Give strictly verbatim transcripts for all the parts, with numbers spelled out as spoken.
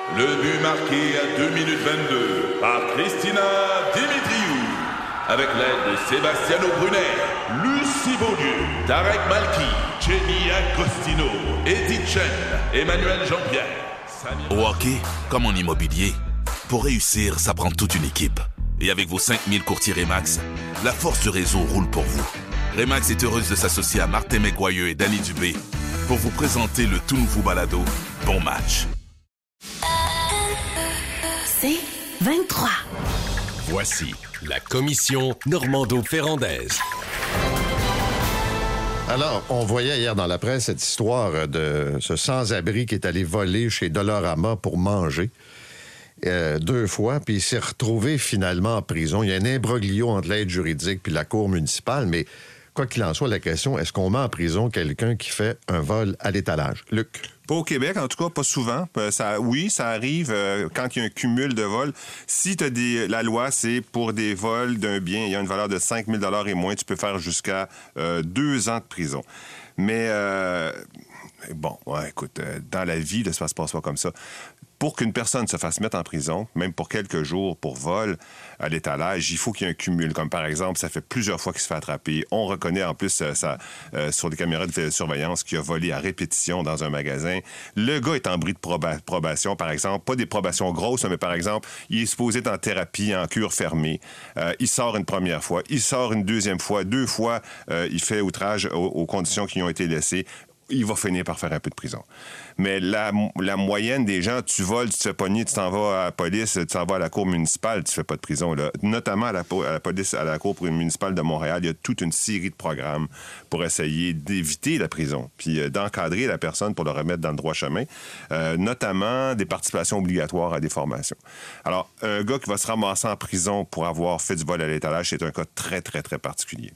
Le but marqué à deux minutes vingt-deux par Christina Dimitriou. Avec l'aide de Sebastiano Brunet, Lucie Beaulieu, Tarek Malki, Jenny Agostino, Edith Chen, Emmanuel Jean-Pierre. Samir... Au hockey, comme en immobilier, pour réussir, ça prend toute une équipe. Et avec vos cinq mille courtiers Remax, la force du réseau roule pour vous. Remax est heureuse de s'associer à Martin McGuire et Danny Dubé pour vous présenter le tout nouveau balado Bon Match. C'est vingt-trois. Voici la commission Normando-Ferrandaise. Alors, on voyait hier dans la presse cette histoire de ce sans-abri qui est allé voler chez Dollarama pour manger euh, deux fois, puis il s'est retrouvé finalement en prison. Il y a un imbroglio entre l'aide juridique puis la cour municipale, mais quoi qu'il en soit, la question, est-ce qu'on met en prison quelqu'un qui fait un vol à l'étalage? Luc? Pas au Québec, en tout cas, pas souvent. Ça, oui, ça arrive euh, quand il y a un cumul de vols. Si t'as des, la loi, c'est pour des vols d'un bien, il y a une valeur de cinq mille dollars et moins, tu peux faire jusqu'à euh, deux ans de prison. Mais, euh, bon, ouais, écoute, euh, dans la vie, là, ça se passe pas comme ça. Pour qu'une personne se fasse mettre en prison, même pour quelques jours, pour vol à l'étalage, il faut qu'il y ait un cumul. Comme par exemple, ça fait plusieurs fois qu'il se fait attraper. On reconnaît en plus euh, ça, euh, sur des caméras de surveillance qu'il a volé à répétition dans un magasin. Le gars est en bris de proba- probation, par exemple. Pas des probations grosses, mais par exemple, il est supposé être en thérapie, en cure fermée. Euh, il sort une première fois, il sort une deuxième fois, deux fois, euh, il fait outrage aux, aux conditions qui lui ont été laissées. Il va finir par faire un peu de prison. Mais la, la moyenne des gens, tu voles, tu te fais pogner, tu t'en vas à la police, tu t'en vas à la cour municipale, tu fais pas de prison. Là. Notamment à la, à la police, à la cour municipale de Montréal, il y a toute une série de programmes pour essayer d'éviter la prison, puis euh, d'encadrer la personne pour le remettre dans le droit chemin, euh, notamment des participations obligatoires à des formations. Alors, un gars qui va se ramasser en prison pour avoir fait du vol à l'étalage, c'est un cas très, très, très particulier.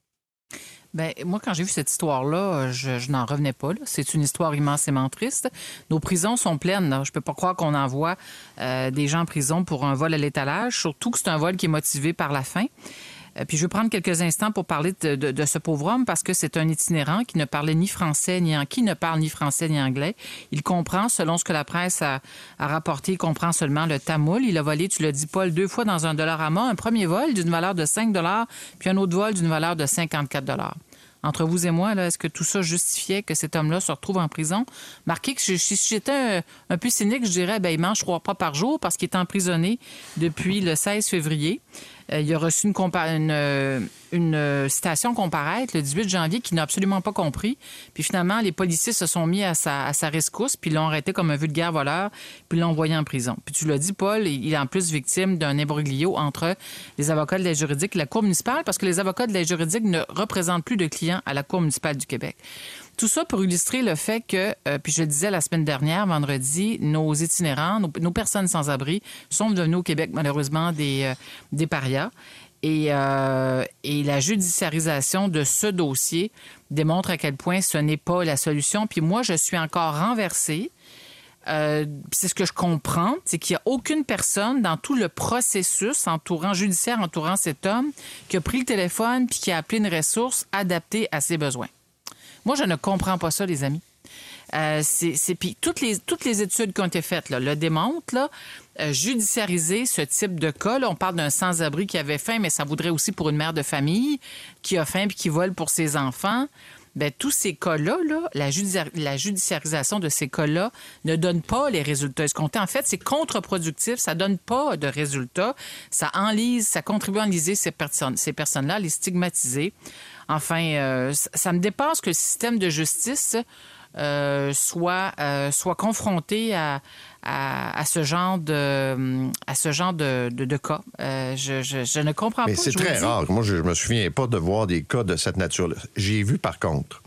Bien, moi, quand j'ai vu cette histoire-là, je, je n'en revenais pas. Là. C'est une histoire immensément triste. Nos prisons sont pleines. Là. Je peux pas croire qu'on envoie euh, des gens en prison pour un vol à l'étalage, surtout que c'est un vol qui est motivé par la faim. Euh, puis je veux prendre quelques instants pour parler de, de, de ce pauvre homme parce que c'est un itinérant qui ne parlait ni français ni en... qui ne parle ni français ni anglais. Il comprend, selon ce que la presse a, a rapporté, il comprend seulement le tamoul. Il a volé, tu l'as dit, Paul, deux fois dans un Dollarama. Un premier vol d'une valeur de cinq dollars, puis un autre vol d'une valeur de cinquante-quatre dollars. Entre vous et moi, là, est-ce que tout ça justifiait que cet homme-là se retrouve en prison? Marquez que si j'étais un, un peu cynique, je dirais ben il mange trois repas par jour parce qu'il est emprisonné depuis le seize février. Euh, il a reçu une, compa- une, euh, une euh, citation comparaître le dix-huit janvier qu'il n'a absolument pas compris. Puis finalement, les policiers se sont mis à sa, à sa rescousse, puis l'ont arrêté comme un vulgaire voleur, puis l'ont envoyé en prison. Puis tu l'as dit, Paul, il est en plus victime d'un imbroglio entre les avocats de l'aide juridique et la Cour municipale, parce que les avocats de l'aide juridique ne représentent plus de clients à la Cour municipale du Québec. Tout ça pour illustrer le fait que, euh, puis je le disais la semaine dernière, vendredi, nos itinérants, nos, nos personnes sans abri sont devenues au Québec, malheureusement, des, euh, des parias. Et, euh, et la judiciarisation de ce dossier démontre à quel point ce n'est pas la solution. Puis moi, je suis encore renversée. Euh, c'est ce que je comprends, c'est qu'il n'y a aucune personne dans tout le processus entourant judiciaire entourant cet homme qui a pris le téléphone puis qui a appelé une ressource adaptée à ses besoins. Moi, je ne comprends pas ça, les amis. Euh, c'est, c'est, puis toutes les, toutes les études qui ont été faites là, le démontrent. Là, euh, judiciariser ce type de cas, là, on parle d'un sans-abri qui avait faim, mais ça voudrait aussi pour une mère de famille qui a faim puis qui vole pour ses enfants. Bien, tous ces cas-là, là, la, judici- la judiciarisation de ces cas-là ne donne pas les résultats escomptés. En fait, c'est contre-productif, ça donne pas de résultats. Ça enlise, ça contribue à enliser ces personnes, ces personnes-là, à les stigmatiser. Enfin, euh, ça me dépasse que le système de justice euh, soit, euh, soit confronté à, à, à ce genre de, à ce genre de, de, de cas. Euh, je, je, je ne comprends Mais pas. c'est très rare. Moi, je ne me souviens pas de voir des cas de cette nature-là. J'ai vu, par contre,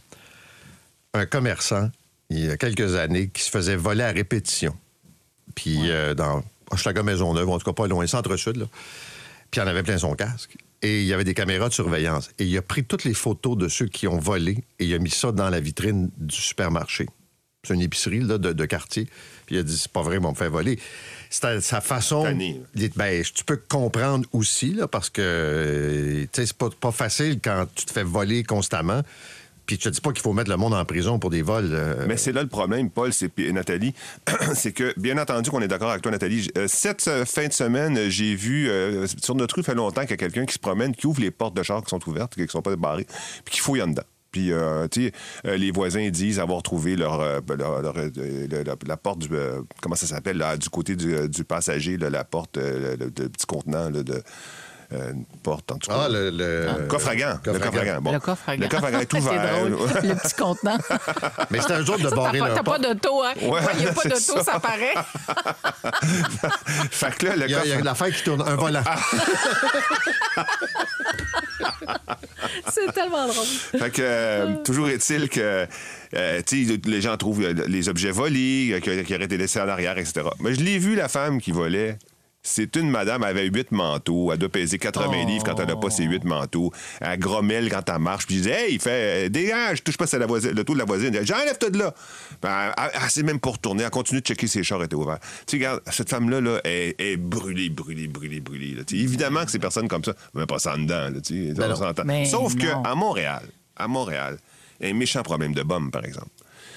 un commerçant, il y a quelques années, qui se faisait voler à répétition. Puis, ouais. euh, dans Hochelaga-Maisonneuve, en tout cas pas loin, centre-sud, là. Puis, il en avait plein son casque. Et il y avait des caméras de surveillance. Et il a pris toutes les photos de ceux qui ont volé et il a mis ça dans la vitrine du supermarché. C'est une épicerie là, de, de quartier. Puis il a dit, c'est pas vrai, ils vont me faire voler. C'est sa façon... Ben, tu peux comprendre aussi, là, parce que c'est pas, pas facile quand tu te fais voler constamment. Puis je te dis pas qu'il faut mettre le monde en prison pour des vols. Euh... Mais c'est là le problème, Paul, c'est et Nathalie, c'est que, bien entendu qu'on est d'accord avec toi, Nathalie, euh, cette euh, fin de semaine, j'ai vu, euh, sur notre rue, il fait longtemps qu'il y a quelqu'un qui se promène, qui ouvre les portes de char qui sont ouvertes, qui ne sont pas barrées, puis qui fouille en dedans. Puis, euh, tu sais, euh, les voisins disent avoir trouvé leur, euh, leur, leur, euh, la, la, la porte du... Euh, comment ça s'appelle, là, du côté du, du passager, là, la porte, euh, le, le petit contenant, là, de... Euh, une porte, en tout cas. Ah, le... le... Ah. Coffre à gants. Coffre le coffre à gants. Bon. Le coffre à gants. Le coffre à gants est ouvert. Le petit contenant. Mais c'est un jour de ça, barrer t'as leur pas, porte. t'as pas d'auto, hein? Ouais, il n'y a pas d'auto, ça. ça paraît. Fait que là, le il y a, coffre... il y a l'affaire qui tourne, un volant. C'est tellement drôle. Fait que, euh, toujours est-il que, euh, tu sais, les gens trouvent les objets volés, euh, qui, qui auraient été laissés en arrière, et cetera. Mais je l'ai vu, la femme qui volait. C'est une madame, elle avait huit manteaux. Elle doit peser quatre-vingts livres quand elle n'a pas ses huit manteaux. Elle grommelle quand elle marche. Puis je disais, hey, il fait, dégage, touche pas à la voisine, le taux de la voisine. Elle dit, enlève-toi de là. Ben, elle, elle, elle s'est même pas retournée. Elle continue de checker si les chars étaient ouverts. Tu sais, regarde, cette femme-là, là, elle est brûlée, brûlée, brûlée, brûlée. Là. Évidemment que ces personnes comme ça, mais pas ça en dedans. Là, tu sais, Ben on s'entend. Mais Sauf non. qu'à Montréal, à Montréal, il y a un méchant problème de bombe, par exemple.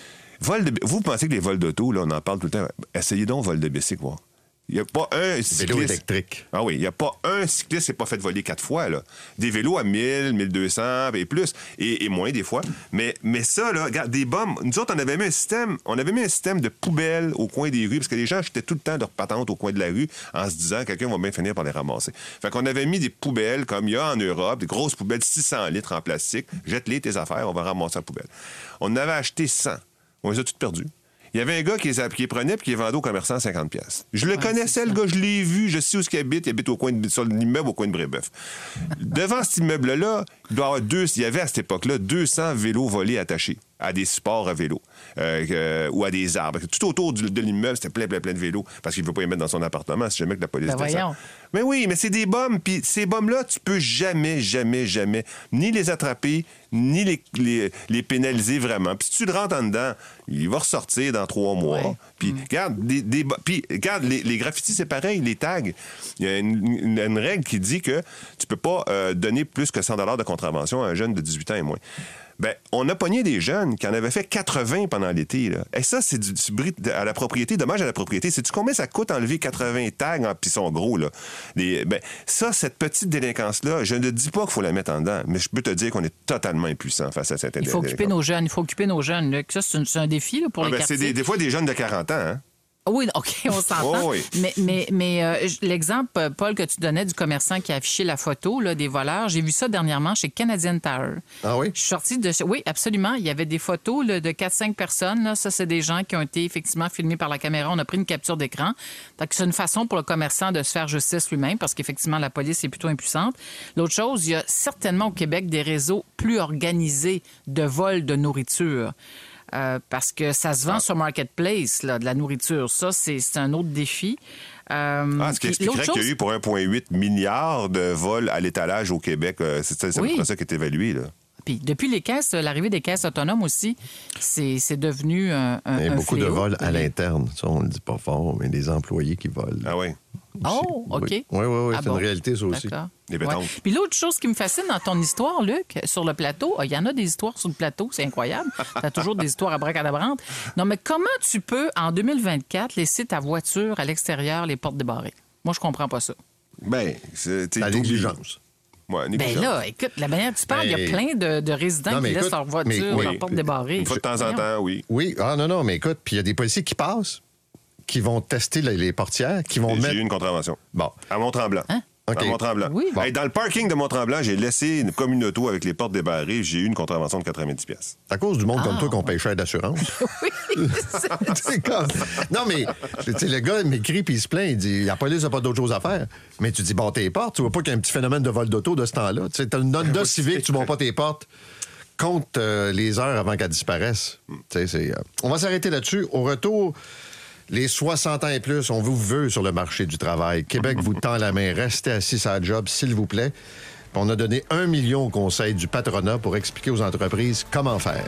Vol de, vous pensez que les vols d'auto, là, on en parle tout le temps. Essayez donc vol de bicycle, voir. Il n'y a pas un cycliste... Vélo électrique. Ah oui, il n'y a pas un cycliste qui s'est pas fait voler quatre fois, là. Des vélos à mille, mille deux cents et plus, et, et moins des fois. Mais, mais ça, là, regarde, des bombes... Nous autres, on avait mis un système, on avait mis un système de poubelles au coin des rues, parce que les gens achetaient tout le temps leur patente au coin de la rue en se disant, quelqu'un va bien finir par les ramasser. Fait qu'on avait mis des poubelles, comme il y a en Europe, des grosses poubelles, six cents litres en plastique. Jette-les tes affaires, on va ramasser la poubelle. On en avait acheté cent. On les a toutes perdues. Il y avait un gars qui les, qui les prenait et qui les vendait aux commerçants à cinquante piastres. Je le Ouais, connaissais, le gars, je l'ai vu, je sais où il habite. Il habite au coin de, sur l'immeuble au coin de Brébeuf. Devant cet immeuble-là, il doit y avoir deux, il y avait à cette époque-là deux cents vélos volés attachés à des supports à vélo euh, euh, ou à des arbres. Tout autour du, de l'immeuble, c'était plein, plein, plein de vélos parce qu'il ne veut pas les mettre dans son appartement si jamais que la police Ben descend. voyons. Mais oui, mais c'est des bombes. Puis ces bombes-là, tu peux jamais, jamais, jamais ni les attraper, ni les, les, les pénaliser vraiment. Puis si tu le rentres en dedans, il va ressortir dans trois mois. Ouais. Puis Mm. regarde, des, des, puis, regarde les, les graffitis, c'est pareil, les tags. Il y a une, une, une règle qui dit que tu peux pas euh, donner plus que cent dollars de contravention à un jeune de dix-huit ans et moins. Ben, on a pogné des jeunes qui en avaient fait quatre-vingts pendant l'été. Là. Et ça, c'est du, du bris à la propriété, dommage à la propriété. Sais-tu combien ça coûte enlever quatre-vingts tags, en, puis ils sont gros, là? Les, ben, ça, cette petite délinquance-là, je ne dis pas qu'il faut la mettre en dedans, mais je peux te dire qu'on est totalement impuissant face à cette Il faut occuper nos jeunes. Il faut occuper nos jeunes. Là. Ça, c'est, un, c'est un défi là, pour ah, les ben, quartiers. c'est des, des fois des jeunes de quarante ans, hein? Oui, OK, on s'entend. Oh, oui. Mais, mais, mais euh, l'exemple, Paul, que tu donnais du commerçant qui a affiché la photo là, des voleurs, j'ai vu ça dernièrement chez Canadian Tower. Ah oui? Je suis sortie de... Oui, absolument. Il y avait des photos là, de quatre cinq personnes. Là. Ça, c'est des gens qui ont été effectivement filmés par la caméra. On a pris une capture d'écran. Donc, c'est une façon pour le commerçant de se faire justice lui-même parce qu'effectivement, la police est plutôt impuissante. L'autre chose, il y a certainement au Québec des réseaux plus organisés de vol de nourriture. Euh, parce que ça se vend ah. sur Marketplace, là, de la nourriture. Ça, c'est, c'est un autre défi. Euh, ah, ce qui expliquerait chose... qu'il y a eu pour un virgule huit milliard de vols à l'étalage au Québec. Euh, c'est c'est oui. ça qui est évalué, là. Puis depuis les caisses, l'arrivée des caisses autonomes aussi, c'est, c'est devenu un, un Il y a un beaucoup fléau. de vols à l'interne. Ça, on ne le dit pas fort, mais des employés qui volent. Ah oui? Oh, OK. Oui, oui, oui, oui ah c'est bon? une réalité, ça aussi. D'accord. Les bétons. Ouais. Puis l'autre chose qui me fascine dans ton histoire, Luc, sur le plateau, il y en a des histoires sur le plateau, c'est incroyable. Tu as toujours des histoires à bracadabrantes. Non, mais comment tu peux, en deux mille vingt-quatre, laisser ta voiture à l'extérieur, les portes débarrées? Moi, je comprends pas ça. Bien, c'est... La négligence. Ouais, ben là, écoute, la manière dont tu parles, il ben... y a plein de, de résidents non, qui écoute, laissent leur voiture, oui, leur porte débarrée. Une fois de temps en temps, oui. Oui, ah non, non, mais écoute, puis il y a des policiers qui passent, qui vont tester les, les portières, qui vont j'ai mettre... eu une contravention. Bon. À Mont-Tremblant. Hein? Okay. À Mont-Tremblant. Oui. Bon. Hey, dans le parking de Mont-Tremblant, j'ai laissé une commune auto avec les portes débarrées. J'ai eu une contravention de quatre-vingt-dix piastres. C'est à cause du monde ah. comme toi qu'on paye cher d'assurance. Oui. C'est comme... Non, mais le gars m'écrit puis il se plaint. Il dit la police n'a pas d'autre chose à faire. Mais tu dis bon, tes portes. Tu vois pas qu'il y a un petit phénomène de vol d'auto de ce temps-là. Tu as une Honda Civic, tu ne montes pas tes portes. Compte euh, les heures avant qu'elles disparaissent. C'est, euh... On va s'arrêter là-dessus. Au retour. Les soixante ans et plus, on vous veut sur le marché du travail. Québec vous tend la main. Restez assis à la job, s'il vous plaît. On a donné un million au conseil du patronat pour expliquer aux entreprises comment faire.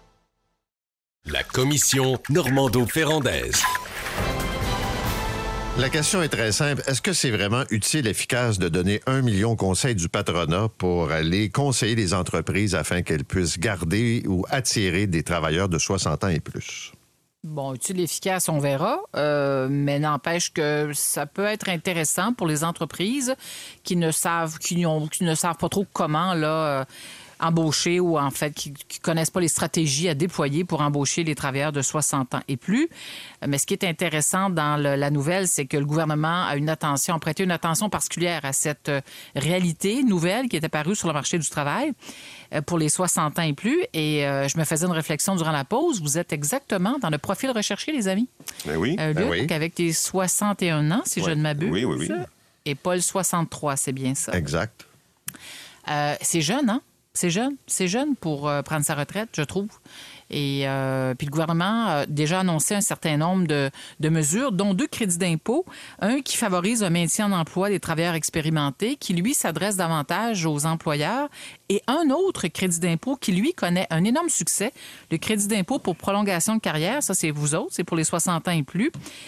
La commission Normando-Ferrandaise. La question est très simple. Est-ce que c'est vraiment utile, efficace de donner un million au conseil du patronat pour aller conseiller les entreprises afin qu'elles puissent garder ou attirer des travailleurs de soixante ans et plus? Bon, utile, efficace, on verra, euh, mais n'empêche que ça peut être intéressant pour les entreprises qui ne savent, qui, ont, qui ne savent pas trop comment là. Euh, embaucher ou en fait qui ne connaissent pas les stratégies à déployer pour embaucher les travailleurs de soixante ans et plus. Mais ce qui est intéressant dans le, la nouvelle, c'est que le gouvernement a une attention, a prêté une attention particulière à cette réalité nouvelle qui est apparue sur le marché du travail pour les soixante ans et plus. Et euh, je me faisais une réflexion durant la pause. Vous êtes exactement dans le profil recherché, les amis. Ben oui. Euh, Luc, ben oui. Avec tes soixante et un ans, si ouais. je ne m'abuse. Oui, oui, oui. Et Paul, soixante-trois, c'est bien ça. Exact. Euh, c'est jeune, hein? C'est jeune. C'est jeune pour euh, prendre sa retraite, je trouve. Et euh, puis le gouvernement a déjà annoncé un certain nombre de, de mesures, dont deux crédits d'impôt. Un qui favorise un maintien en emploi des travailleurs expérimentés, qui, lui, s'adresse davantage aux employeurs. Et un autre crédit d'impôt qui, lui, connaît un énorme succès, le crédit d'impôt pour prolongation de carrière. Ça, c'est vous autres, c'est pour les soixante ans et plus.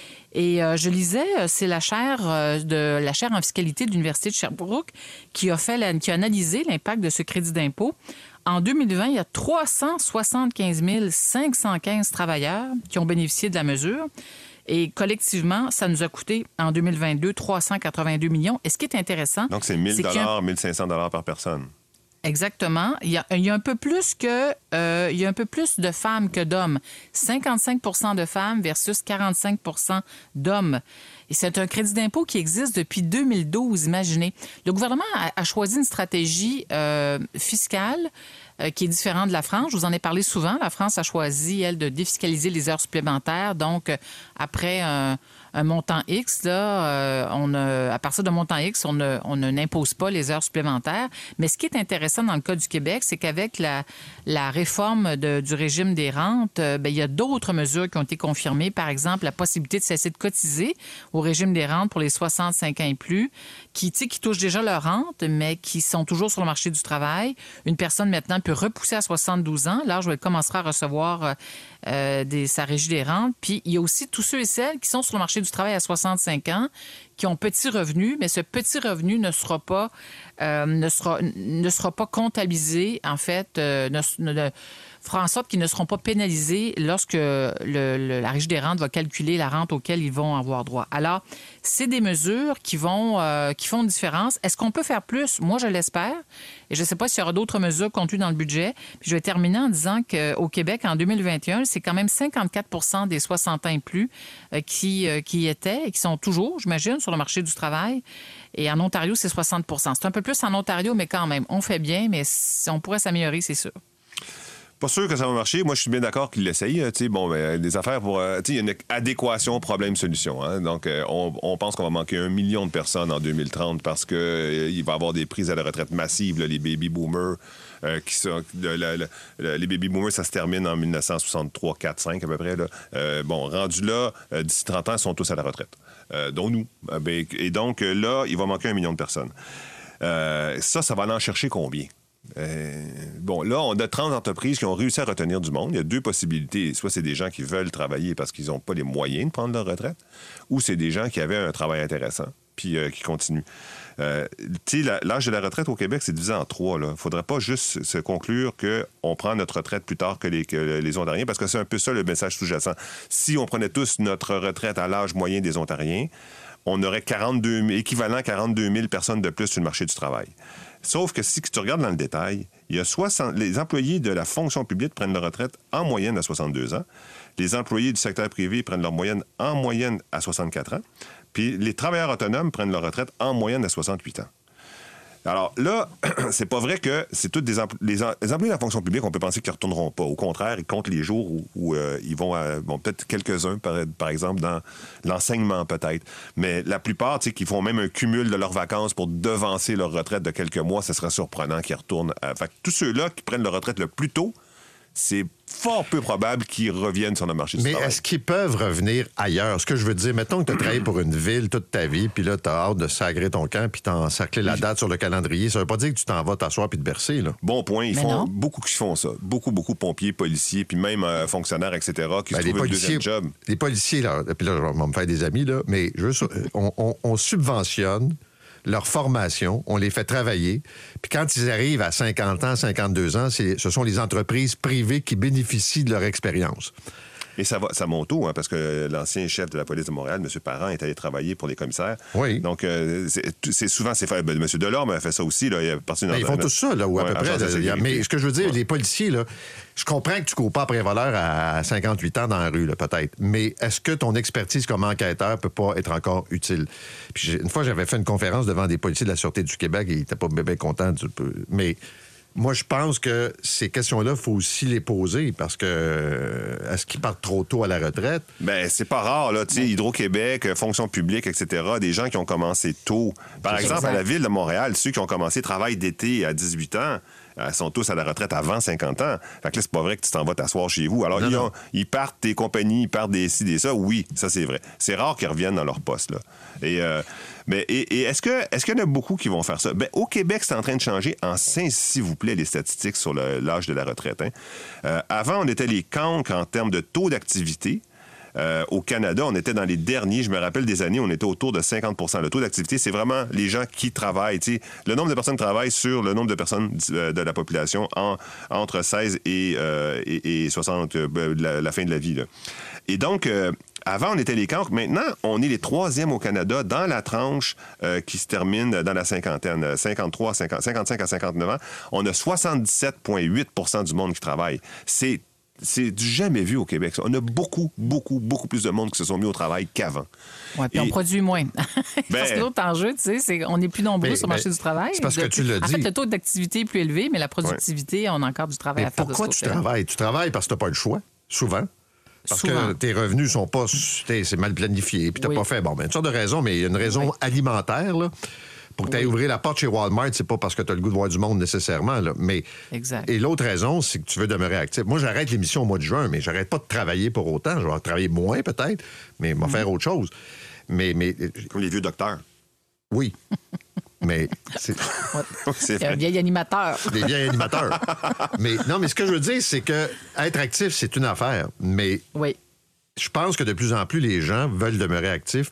Et euh, je lisais, c'est la chaire euh, de la chaire en fiscalité de l'Université de Sherbrooke qui a fait la, qui a analysé l'impact de ce crédit d'impôt. En deux mille vingt, il y a trois cent soixante-quinze mille cinq cent quinze travailleurs qui ont bénéficié de la mesure. Et collectivement, ça nous a coûté en deux mille vingt-deux trois cent quatre-vingt-deux millions. Et ce qui est intéressant... Donc, c'est mille dollars, a... mille cinq cents dollars par personne. Exactement. Il y, a, il y a un peu plus que euh, il y a un peu plus de femmes que d'hommes. cinquante-cinq pour cent de femmes versus quarante-cinq pour cent d'hommes. Et c'est un crédit d'impôt qui existe depuis deux mille douze, imaginez. Le gouvernement a, a choisi une stratégie euh, fiscale euh, qui est différente de la France. Je vous en ai parlé souvent. La France a choisi, elle, de défiscaliser les heures supplémentaires. Donc, euh, après un, un montant X, là, euh, on a, à partir d'un montant X, on, ne, on ne n'impose pas les heures supplémentaires. Mais ce qui est intéressant dans le cas du Québec, c'est qu'avec la, la réforme de, du régime des rentes, euh, bien, il y a d'autres mesures qui ont été confirmées. Par exemple, la possibilité de cesser de cotiser au régime des rentes pour les soixante-cinq ans et plus, qui, qui touchent déjà leur rente, mais qui sont toujours sur le marché du travail. Une personne maintenant peut repousser à soixante-douze ans, l'âge où elle commencera à recevoir euh, des, sa régie des rentes. Puis il y a aussi tous ceux et celles qui sont sur le marché du travail à soixante-cinq ans, qui ont petit revenu, mais ce petit revenu ne sera pas, euh, ne sera, ne sera pas comptabilisé, en fait, euh, ne, ne, fera en sorte qu'ils ne seront pas pénalisés lorsque le, le, la Régie des rentes va calculer la rente auquel ils vont avoir droit. Alors, c'est des mesures qui vont euh, qui font une différence. Est-ce qu'on peut faire plus? Moi, je l'espère. Et je ne sais pas s'il y aura d'autres mesures contenues dans le budget. Puis je vais terminer en disant qu'au Québec, en deux mille vingt et un, c'est quand même cinquante-quatre pour cent des soixante ans et plus euh, qui, euh, qui étaient et qui sont toujours, j'imagine, sur le marché du travail. Et en Ontario, c'est soixante pour cent. C'est un peu plus en Ontario, mais quand même, on fait bien, mais on pourrait s'améliorer, c'est sûr. Pas sûr que ça va marcher. Moi, je suis bien d'accord qu'il l'essaye. Bon, ben, des affaires pour... Il y a une adéquation problème-solution. Hein? Donc, euh, on, on pense qu'on va manquer un million de personnes en deux mille trente parce qu'il euh, va y avoir des prises à la retraite massives, là, les baby-boomers. Euh, qui sont, le, le, le, les baby-boomers, ça se termine en dix-neuf cent soixante-trois, quatre, cinq à peu près. Là. Euh, bon, rendus là, euh, d'ici trente ans, ils sont tous à la retraite, euh, dont nous. Euh, ben, et donc, là, il va manquer un million de personnes. Euh, ça, ça va aller en chercher combien? Euh, bon, là, on a trente entreprises qui ont réussi à retenir du monde. Il y a deux possibilités. Soit c'est des gens qui veulent travailler parce qu'ils n'ont pas les moyens de prendre leur retraite, ou c'est des gens qui avaient un travail intéressant puis euh, qui continuent. Euh, tu sais, l'âge de la retraite au Québec, c'est divisé en trois. Il ne faudrait pas juste se conclure qu'on prend notre retraite plus tard que les, que les Ontariens, parce que c'est un peu ça le message sous-jacent. Si on prenait tous notre retraite à l'âge moyen des Ontariens, on aurait quarante-deux, équivalent à quarante-deux mille personnes de plus sur le marché du travail. Sauf que si tu regardes dans le détail, il y a soixante les employés de la fonction publique prennent leur retraite en moyenne à soixante-deux ans. Les employés du secteur privé prennent leur moyenne en moyenne à soixante-quatre ans. Puis les travailleurs autonomes prennent leur retraite en moyenne à soixante-huit ans. Alors là, c'est pas vrai que c'est tous des empl- les, em- les employés de la fonction publique, on peut penser qu'ils ne retourneront pas. Au contraire, ils comptent les jours où, où euh, ils vont, à, bon, peut-être quelques-uns, par, par exemple, dans l'enseignement peut-être. Mais la plupart, tu sais, qui font même un cumul de leurs vacances pour devancer leur retraite de quelques mois, ce serait surprenant qu'ils retournent. À... Fait que tous ceux-là qui prennent leur retraite le plus tôt, c'est fort peu probable qu'ils reviennent sur le marché du Mais travail. est-ce qu'ils peuvent revenir ailleurs? Ce que je veux dire, mettons que tu as travaillé pour une ville toute ta vie, puis là, tu as hâte de sacrer ton camp, puis tu as encerclé la date sur le calendrier. Ça veut pas dire que tu t'en vas t'asseoir puis te bercer, là. Bon point. Ils Mais font non. beaucoup qui font ça. Beaucoup, beaucoup pompiers, policiers, puis même euh, fonctionnaires, et cetera, qui Ben, se les trouvent un policiers, deuxième job. les policiers, là, puis là, je vais me faire des amis, là, mais juste, on, on- on subventionne leur formation, on les fait travailler, puis quand ils arrivent à cinquante ans, cinquante-deux ans, c'est, ce sont les entreprises privées qui bénéficient de leur expérience. Et ça va, ça monte haut, hein, parce que l'ancien chef de la police de Montréal, M. Parent, est allé travailler pour les commissaires. Oui. Donc, euh, c'est, c'est souvent, c'est fait. Ben, M. Delorme a fait ça aussi. Là, il a parti Ben, ils font tout ça, là, ou à Ouais, peu près. agence de là. sécurité. Mais ce que je veux dire, Ouais. les policiers, là, je comprends que tu cours pas après un voleur à cinquante-huit ans dans la rue, là, peut-être. Mais est-ce que ton expertise comme enquêteur peut pas être encore utile? Puis j'ai- une fois, j'avais fait une conférence devant des policiers de la Sûreté du Québec et ils n'étaient pas bien contents. Du... Mais moi, je pense que ces questions-là, il faut aussi les poser parce que euh, est-ce qu'ils partent trop tôt à la retraite? Ben, c'est pas rare, là, tu sais, Hydro-Québec, euh, fonction publique, et cetera, des gens qui ont commencé tôt. Par exemple, exact. à la ville de Montréal, ceux qui ont commencé travail d'été à dix-huit ans, euh, sont tous à la retraite avant cinquante ans. Fait que là, c'est pas vrai que tu t'en vas t'asseoir chez vous. Alors, Non, ils, non. ont- ils partent des compagnies, ils partent des ci, des ça. Oui, ça, c'est vrai. C'est rare qu'ils reviennent dans leur poste, là. Et, euh, mais, et, et est-ce que, est-ce qu'il y en a beaucoup qui vont faire ça? Ben, au Québec, c'est en train de changer. En sein, s'il vous plaît, les statistiques sur le- l'âge de la retraite. Hein. Euh, avant, on était les cancres en termes de taux d'activité. Euh, au Canada, on était dans les derniers, je me rappelle des années, on était autour de cinquante pour cent. Le taux d'activité, c'est vraiment les gens qui travaillent. Tu sais, le nombre de personnes qui travaillent sur le nombre de personnes euh, de la population en, entre seize et, euh, et, et soixante, euh, la, la fin de la vie. Là. Et donc, euh, avant, on était les cancres. Maintenant, on est les troisièmes au Canada dans la tranche euh, qui se termine dans la cinquantaine, cinquante-trois, cinquante, cinquante-cinq à cinquante-neuf ans. On a soixante-dix-sept virgule huit pour cent du monde qui travaille. C'est C'est du jamais vu au Québec. Ça. On a beaucoup, beaucoup, beaucoup plus de monde qui se sont mis au travail qu'avant. Oui, puis Et- on produit moins. Parce que Ben- l'autre enjeu, tu sais, c'est qu'on est plus nombreux Mais- sur le marché mais du travail. c'est parce que Le- tu l'as En dit. fait, le taux d'activité est plus élevé, mais la productivité, on a encore du travail Mais à faire pourquoi de ce tu côté-là. travailles? Tu travailles parce que tu n'as pas le choix, souvent. Parce Souvent. que tes revenus sont pas... t'es- C'est mal planifié, puis tu n'as Oui. pas fait... Bon, ben, une sorte de raison, mais il y a une raison Oui. alimentaire, là. Pour que tu ailles ouvrir la porte chez Walmart, c'est pas parce que tu as le goût de voir du monde nécessairement, là. Mais... Exact. Et l'autre raison, c'est que tu veux demeurer actif. Moi, j'arrête l'émission au mois de juin, mais j'arrête pas de travailler pour autant. Je vais travailler moins, peut-être, mais je vais faire autre chose. Mais, mais Comme les vieux docteurs. oui. mais c'est... C'est Il y a un vrai. vieil animateur. des vieils animateurs. mais non, mais ce que je veux dire, c'est que être actif, c'est une affaire. Mais Oui. je pense que de plus en plus, les gens veulent demeurer actifs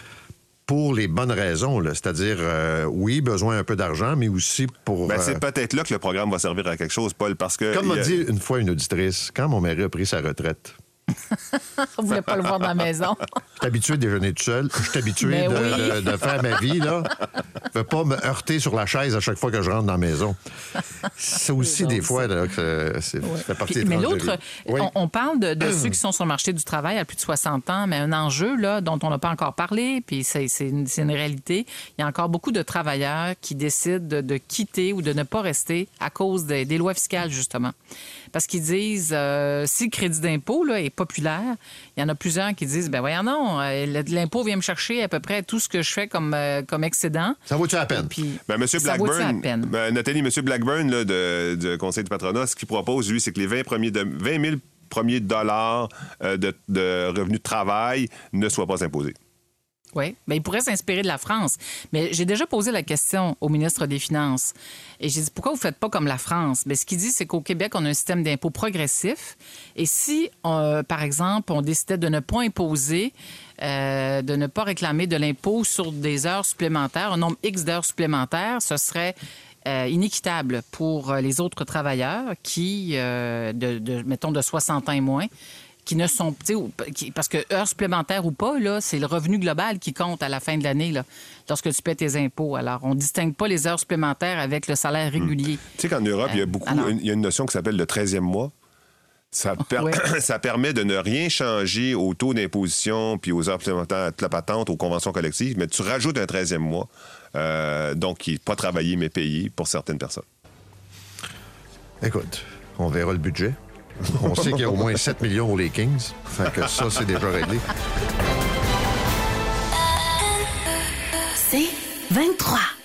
pour les bonnes raisons. Là. C'est-à-dire, euh, oui, besoin un peu d'argent, mais aussi pour... Ben, euh, c'est peut-être là que le programme va servir à quelque chose, Paul, parce que... comme il y m'a a- dit une fois une auditrice, quand mon mari a pris sa retraite, On ne voulait pas le voir dans la maison. je suis habitué de déjeuner tout seul. Je suis habitué Mais de, oui. de- de faire ma vie, là. Je ne veux pas me heurter sur la chaise à chaque fois que je rentre dans la maison. C'est aussi C'est des drôle, fois là, que c'est, ça fait partie Puis- des mais tranches de l'autre, vie. Oui. on, on parle de, de ceux qui sont sur le marché du travail à plus de soixante ans, mais un enjeu là, dont on n'a pas encore parlé, puis c'est, c'est une, c'est une réalité. Il y a encore beaucoup de travailleurs qui décident de, de quitter ou de ne pas rester à cause des, des lois fiscales, justement. Parce qu'ils disent, euh, si le crédit d'impôt là, est populaire, il y en a plusieurs qui disent, ben voyons non, euh, l'impôt vient me chercher à peu près tout ce que je fais comme, euh, comme excédent. Ça vaut-tu la peine? Puis, Ben, M. ça vaut-tu la Blackburn, peine? ben, Nathalie, M. Blackburn là, de, du Conseil du patronat, ce qu'il propose, lui, c'est que les vingt, premiers de, vingt mille premiers dollars euh, de, de revenus de travail ne soient pas imposés. Oui, bien, il pourrait s'inspirer de la France. Mais j'ai déjà posé la question au ministre des Finances. Et j'ai dit, pourquoi vous ne faites pas comme la France? Bien, ce qu'il dit, c'est qu'au Québec, on a un système d'impôt progressif. Et si, euh, par exemple, on décidait de ne pas imposer, euh, de ne pas réclamer de l'impôt sur des heures supplémentaires, un nombre X d'heures supplémentaires, ce serait euh, inéquitable pour euh, les autres travailleurs qui, euh, de, de, mettons, de soixante ans et moins, qui ne sont... tu sais, ou- qui- parce que heures supplémentaires ou pas, là, c'est le revenu global qui compte à la fin de l'année, là, lorsque tu paies tes impôts. Alors, on ne distingue pas les heures supplémentaires avec le salaire régulier. Tu sais qu'en Europe, il y a beaucoup, alors- il y a une notion qui s'appelle le treizième mois. Ça, per- Ouais. ça permet de ne rien changer au taux d'imposition puis aux heures supplémentaires, toute la patente, aux conventions collectives, mais tu rajoutes un treizième mois, euh, donc qui n'est pas travaillé mais payé pour certaines personnes. Écoute, on verra le budget. On sait qu'il y a au moins sept millions pour les Kings. Fait que ça, c'est déjà réglé. C'est vingt-trois.